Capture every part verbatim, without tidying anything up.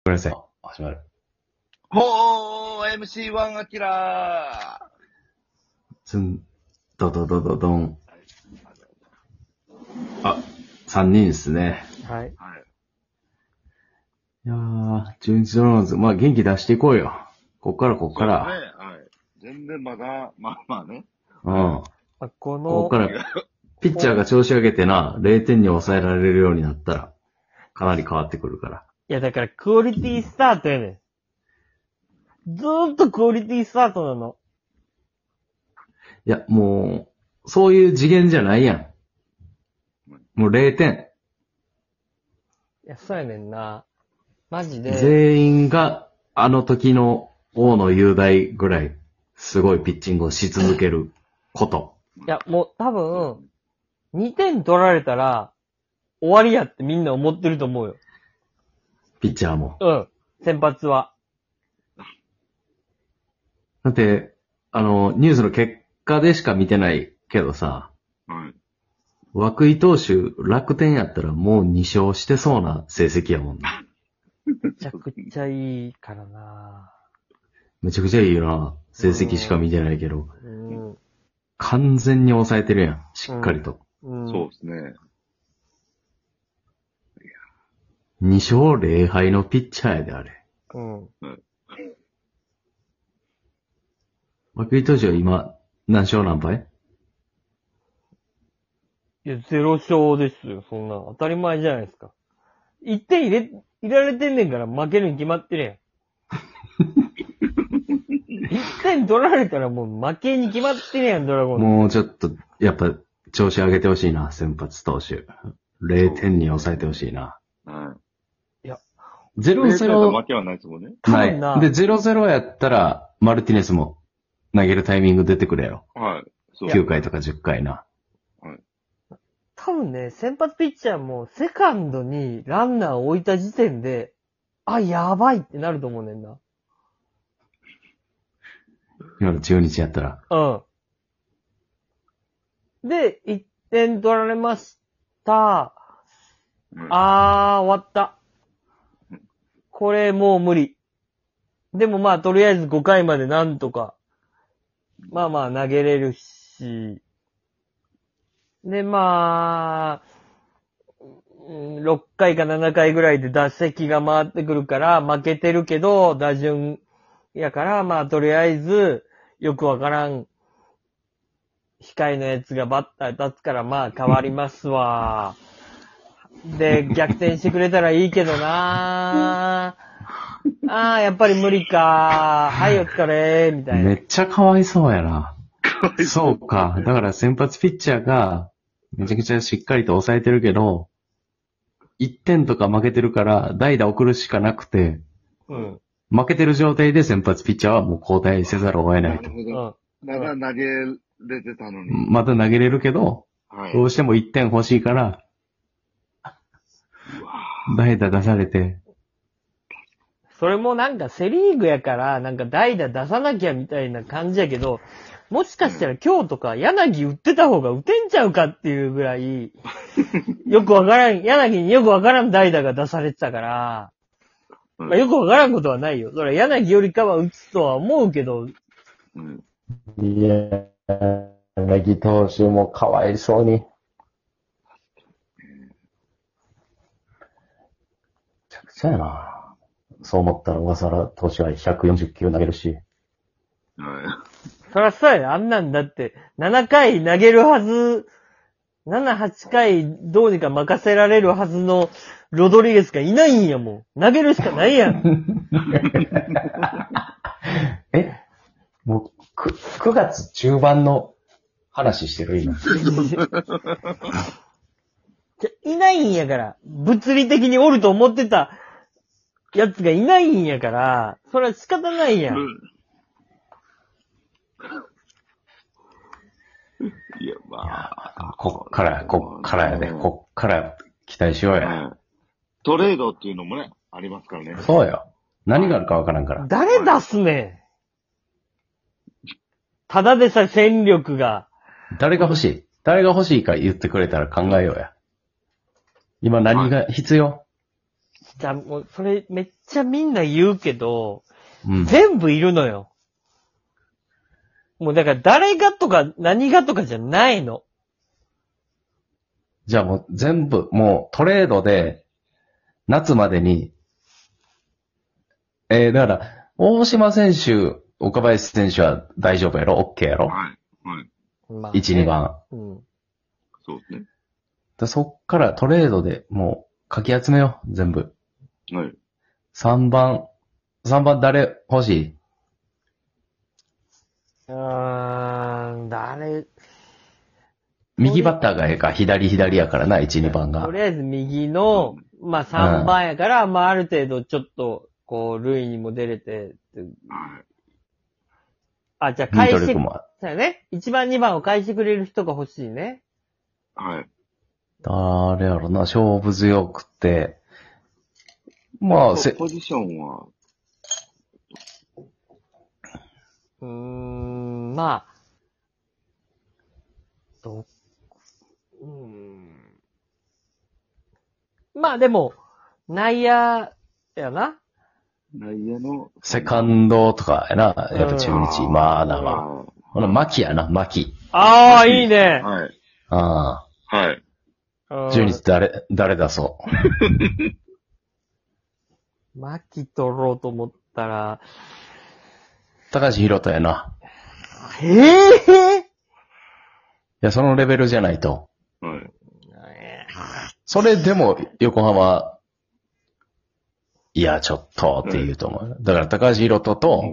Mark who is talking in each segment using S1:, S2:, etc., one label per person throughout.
S1: ごめんなさい。始まる。
S2: ほー !エムシーワン アキラ
S1: ズン、ドドドドドン。あ、三人ですね。
S3: はい。
S2: ーはい。
S1: いやー、中日ドラゴンズ、まあ元気出していこうよ。こっからこっか
S2: そう
S1: ら。
S2: ですね。はい。全然まだ、まあまあね。
S1: うん。
S3: まあ、こ
S1: こ
S3: の、
S1: っから、ピッチャーが調子上げてな、れいてんに抑えられるようになったら、かなり変わってくるから。
S3: いやだからクオリティスタートやねん。ずーっとクオリティスタートなの。
S1: いや、もう、そういう次元じゃないやん。もうれいてん。
S3: いや、そうやねんな。マジで。
S1: 全員が、あの時の大野雄大ぐらい、すごいピッチングをし続けること。
S3: いや、もう多分、にてん取られたら、終わりやってみんな思ってると思うよ。
S1: ピッチャーも。
S3: うん。先発は。
S1: だって、あの、ニュースの結果でしか見てないけどさ、
S2: はい。
S1: 涌井投手、楽天やったらもうに勝してそうな成績やもんな。
S3: めちゃくちゃいいからな。
S1: めちゃくちゃいいよな。成績しか見てないけど。
S3: うん。
S1: 完全に抑えてるやん。しっかりと。
S3: うん。
S2: そうですね。
S1: に勝ぜろ敗のピッチャーやで、あれ。
S3: うん。
S1: 涌井投手は今、何勝何敗？
S3: いや、ゼロ勝ですよ。そんな。当たり前じゃないですか。いってん入れ、入れられてんねんから負けるに決まってるやん。いってん取られたらもう負けに決まってるやん、ドラゴンズ。
S1: もうちょっと、やっぱ、調子上げてほしいな、先発投手。れいてんに抑えてほしいな。
S2: は
S1: ゼ
S2: い。
S1: ロゼロ
S2: 負けはないですもんね。
S1: な
S3: 多分な。
S1: い。で、ゼロゼロやったら、マルティネスも投げるタイミング出てくるやろ。
S2: はい。そう。
S1: きゅうかいとかじゅっかいな。
S3: 多分ね、先発ピッチャーもセカンドにランナーを置いた時点で、あ、やばいってなると思うねんな。
S1: 今の中日やったら。
S3: うん。で、いってん取られました。
S2: うん
S3: あー、終わった。これもう無理。でもまあ、とりあえずごかいまでなんとか、まあまあ投げれるし、で、まあ、うんろっかいかななかいぐらいで打席が回ってくるから負けてるけど、打順やから、まあとりあえず、よくわからん、控えのやつがバッター立つからまあ変わりますわ。で、逆転してくれたらいいけどなああー、やっぱり無理かはい、お疲れみたいな。
S1: めっちゃかわいそうやな。
S2: かわい
S1: そうか。だから先発ピッチャーが、めちゃくちゃしっかりと抑えてるけど、いってんとか負けてるから代打送るしかなくて、
S3: うん。
S1: 負けてる状態で先発ピッチャーはもう交代せざるを得なと
S2: ないる。ほ
S3: う
S2: ど。
S3: ん。
S2: まだ投げれてたのに。
S1: また投げれるけど、
S2: はい。
S1: どうしてもいってん欲しいから、
S2: うわ
S1: 代打出されて、
S3: それもなんかセリーグやから、なんか代打出さなきゃみたいな感じやけど、もしかしたら今日とか柳打ってた方が打てんちゃうかっていうぐらい、よくわからん、柳によくわからん代打が出されてたから、
S2: うん
S3: まあ、よくわからんことはないよ。それは柳よりかは打つとは思うけど、
S2: うん。
S1: いや、柳投手もかわいそうに。めちゃくちゃやな。そう思ったら小笠原投手はひゃくよんじゅっキロ投げるし。
S2: は
S3: そらそうやで、あんなんだって、ななかい投げるはず、なな、はちかいどうにか任せられるはずのロドリゲスがいないんやもん。投げるしかないやん。
S1: えもう、く、くがつ中盤の話してる今。
S3: じゃいないんやから。物理的におると思ってたやつがいないんやから、それは仕方ない
S2: い。
S3: やん。
S2: いや、まあ。
S1: こっから、こっからやで、こっから期待しようや。
S2: はいトレードっていうのもね、ありますからね。
S1: そうよ。何があるかわからんから。
S3: 誰出すねん。ただでさえ戦力が。
S1: 誰が欲しい誰が欲しいか言ってくれたら考えようや。今何が必要、
S3: じゃあもう、それめっちゃみんな言うけど、
S1: うん。
S3: 全部いるのよ。もうだから誰がとか何がとかじゃないの。
S1: じゃあもう全部、もうトレードで、夏までに、えー、だから、大島選手、岡林選手は大丈夫やろ ?OK やろ
S2: はい。はい。
S3: まあね、
S1: いち、にばん。
S3: うん。
S2: そうですね。
S1: でそっからトレードでもうかき集めよう、全部。
S2: はい。
S1: さんばん、さんばん誰欲しいう
S3: ーん、誰、
S1: 右バッターがええか、左左やからな、いち、にばんが
S3: と。りあえず右の、まあさんばんやから、まあある程度ちょっと、こう、塁にも出れて、
S2: はい。
S3: あ、じゃあ
S1: ミ
S3: 返して、
S1: トルクも。
S3: そうやね。いちばんにばんを返してくれる人が欲しいね。
S2: はい。
S1: 誰やろな、勝負強くて。まあ、せ、
S2: ポジションは、
S3: うーん、まあ、ど、うーん。まあでも、内野やな。
S2: 内野の、
S1: セカンドとかやな、やっぱ中日、まだは。
S2: は
S1: ほな、牧やな、牧。
S3: ああ、いいね。
S2: はい。
S1: あ
S2: はい。
S1: あ、中日誰、誰出そ
S3: 巻き取ろうと思ったら、
S1: う。高橋宏斗やな。
S3: ええ
S1: いや、そのレベルじゃないと。
S2: はい。
S1: それでも、横浜、いや、ちょっとって言うと思う。だから、高橋宏斗と、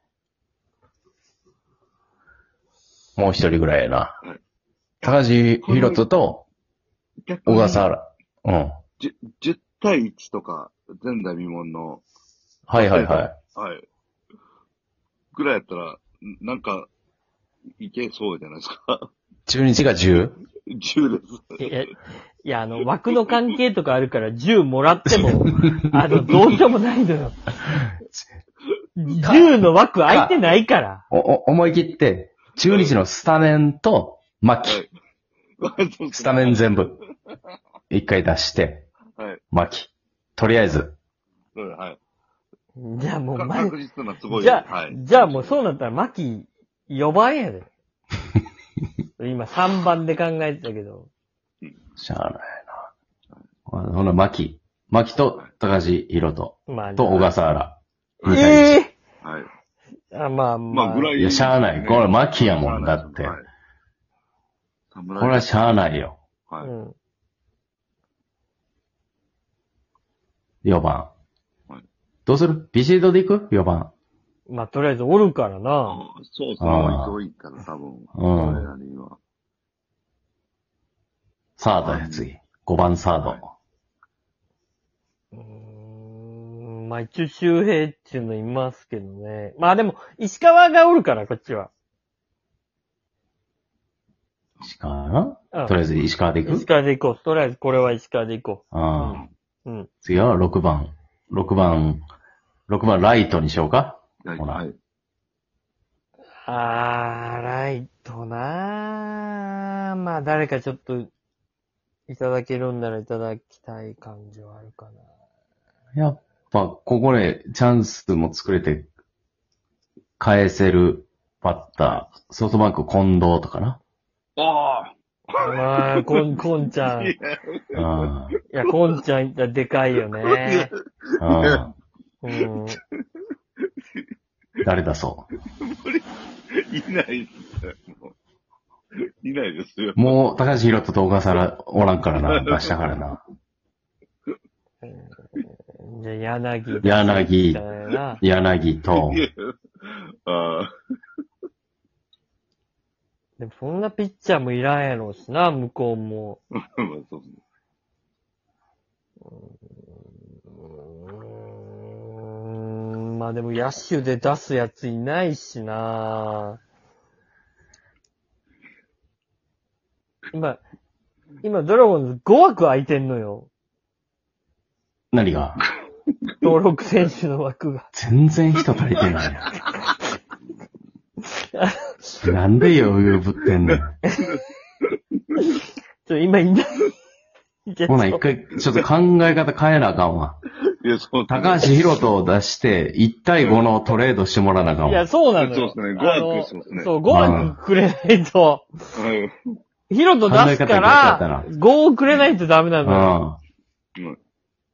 S1: もう一人ぐらいやな。
S2: はい
S1: 高橋宏斗と、
S2: 逆に
S1: 小笠原。うん。
S2: じゅじゅう対いちとか、前代未聞の、
S1: はいはいはい。
S2: はい。ぐらいやったら、なんか、いけそうじゃないですか。
S1: 中日が じゅう?
S2: じゅうです。
S3: いや、いや、あの、枠の関係とかあるからじゅうもらっても、あの、どうしようもないのよ。じゅうの枠空いてないから。
S1: お、お、思い切って、中日のスタメンと、牧。
S2: はい。
S1: スタメン全部。一回出して、
S2: はい。
S1: 牧。とりあえず。
S2: うんはい。
S3: じゃあもう、ま、
S2: 確実なすごい。
S3: じゃあ、
S2: はい。
S3: じゃあもうそうなったら、マキよばんやで。今さんばんで考えてたけど。
S1: しゃあないな。ほな、牧。牧と高橋宏斗
S3: まあ、
S1: と小笠原。
S3: ええ
S2: はい。
S3: ー、あまあまあ。
S2: まあ、ぐらい。
S1: いやしゃあないこれ牧やもんだって
S2: はい
S1: これはしゃあないよ。
S2: はい。
S3: うん。
S1: よばん。
S2: はい
S1: どうするビシードで行く ?よ 番。
S3: まあ、とりあえずおるからな。
S2: あそうそう、
S1: あー
S2: 多いから多分。
S1: うん
S2: 俺らには。
S1: サードや、次。ごばんサード。
S2: はいう
S3: ーん。まあ、一応周平っていうのいますけどね。まあでも、石川がおるから、こっちは。
S1: 石川な
S3: うん
S1: とりあえず石川で行
S3: 石
S1: く
S3: 川で行こう。とりあえずこれは石川で行こ
S1: ああ。
S3: う。うん。
S1: 次はろくばん。ろくばん。ろくばんライトにしようか
S2: はい。
S1: ほら
S2: はい。
S3: あー、ライトなー。まあ、誰かちょっと、いただけるんならいただきたい感じはあるかな。
S1: やっぱ、ここでチャンスも作れて、返せるバッター。ソフトバンク近藤とかな。
S2: あ
S3: まあ、こん、こんちゃ
S2: あ
S3: ん。い
S1: うん。
S3: や、こんちゃんいったらでかいよね。
S1: うん。
S3: うん。
S1: 誰だそ
S2: いないですね。もういないですよ。
S1: う。もう、高橋宏斗と小笠原おらんからな。出したからな。
S3: じゃあ、柳。
S1: 柳
S3: みたいな。
S1: 柳と、
S2: ああ。
S3: でも、そんなピッチャーもいらんやろうしな、向こうも。
S2: まあそうですね。
S3: うーん、まあでも野手で出すやついないしな。今、今ドラゴンズごわく空いてんのよ。
S1: 何が
S3: 登録選手の枠が。
S1: 全然人足りてないやん。なんで余裕ぶってんねん。
S3: ちょ、今いない。
S1: ほな、一回、ちょっと考え方変えなあかんわ。
S2: いや、そうですね。
S1: 高橋宏斗を出して、いち対ごのトレードしてもらわなあかんわ。
S3: いや、そうなのよ。
S2: そうですねごわくそうですね
S3: そう、ごわくくれないと、
S2: はい。
S3: ヒロト出すか
S1: 考え方が逆だった
S3: ら
S1: な、
S3: ごをくれないとダメなのよ。
S1: うん。
S2: うん。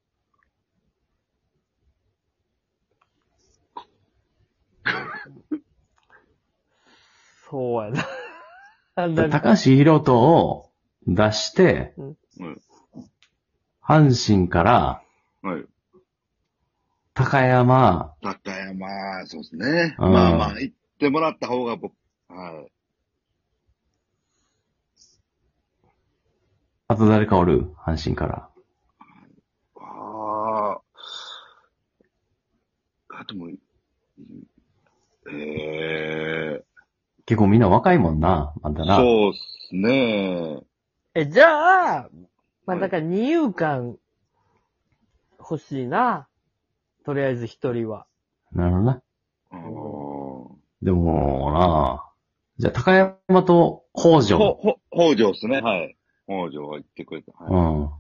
S3: そうやな。なんだ
S1: 高橋宏斗を出して、
S2: うん。
S1: 阪神から
S2: はい。
S1: 高山、
S2: 高山、そうですね。
S1: うん
S2: まあまあ、行ってもらった方が僕、はい。
S1: あと誰かおる阪神から。
S2: ああ。あとも、ええ
S1: 結構みんな若いもんな、あんたな。
S2: そうっすね。
S3: え、じゃあ、まあ、
S2: はい
S3: だから二遊間欲しいな。とりあえず一人は。
S1: なるほどな。
S2: あー
S1: でもな、じゃあ高山と北
S2: ほ、
S1: 条。
S2: ほ、北条っすね。はい。北条が言ってくれた。
S1: う
S2: はい。
S1: ん。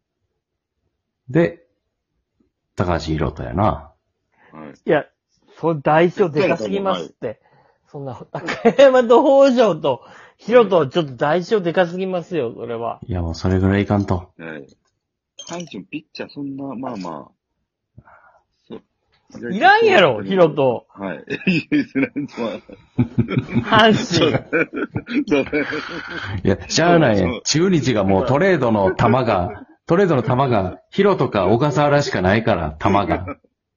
S1: で、高橋宏斗やな。
S2: はい。
S3: いや、その代償でかすぎますって。そんな、高山と北条と、ヒロトちょっと代償でかすぎますよ、それは。
S1: いやもうそれぐらいいかんと。
S2: はい。阪神ピッチャーそんな、まあまあ。そう
S3: いらんやろ、ヒロト。
S2: はい。いいですね。
S3: 阪神。
S2: そう
S1: いや、しゃあない
S2: そうそう。
S1: 中日がもうトレードの球が、トレードの球が、ヒロとか小笠原しかないから、球が。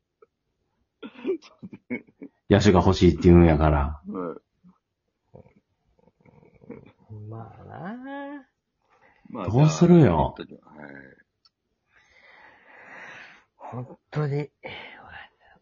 S1: 野手が欲しいって言うんやから。
S2: はい
S3: まあな
S2: まあ
S1: どうするよ。
S2: じゃあはい。
S3: 本当に。